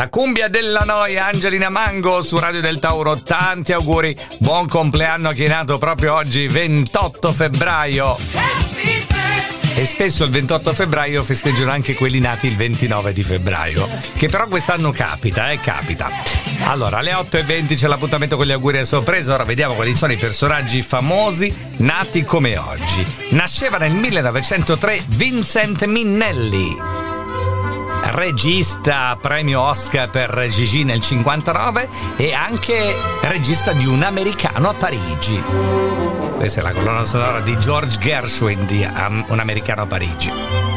La cumbia della noia, Angelina Mango su Radio del Tauro. Tanti auguri, buon compleanno a chi è nato proprio oggi, 28 febbraio. E spesso il 28 febbraio festeggiano anche quelli nati il 29 di febbraio, che però quest'anno capita. Allora, alle 8:20 c'è l'appuntamento con gli auguri a sorpresa. Ora vediamo quali sono i personaggi famosi nati come oggi. Nasceva nel 1903 Vincent Minnelli, regista, premio Oscar per Gigi nel 59 e anche regista di Un americano a Parigi. Questa è la colonna sonora di George Gershwin di Un americano a Parigi.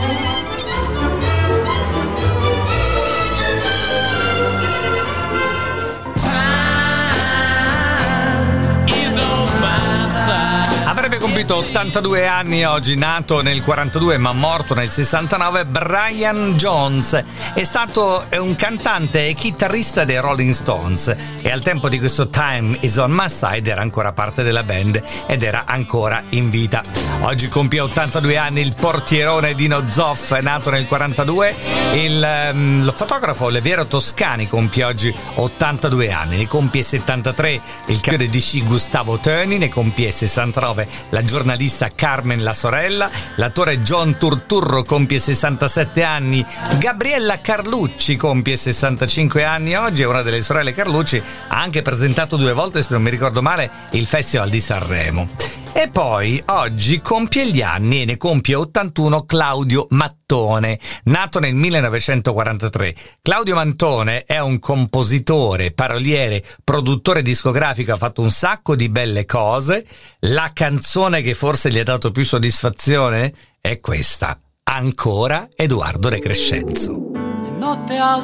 Avrebbe compiuto 82 anni oggi, nato nel 42 ma morto nel 69, Brian Jones. È stato un cantante e chitarrista dei Rolling Stones e al tempo di questo Time Is On My Side era ancora parte della band ed era ancora in vita. Oggi compie 82 anni il portierone Dino Zoff, nato nel 42. Lo fotografo Leviero Toscani compie oggi 82 anni, ne compie 73 il campione di sci Gustavo Töni, ne compie 69 la giornalista Carmen La Sorella, l'attore John Turturro compie 67 anni, Gabriella Carlucci compie 65 anni oggi, è una delle sorelle Carlucci, ha anche presentato 2 volte, se non mi ricordo male, il Festival di Sanremo. E poi oggi compie gli anni e ne compie 81 Claudio Mattone, nato nel 1943. Claudio Mattone è un compositore, paroliere, produttore discografico, ha fatto un sacco di belle cose. La canzone che forse gli ha dato più soddisfazione è questa, Ancora Edoardo De Crescenzo. Notte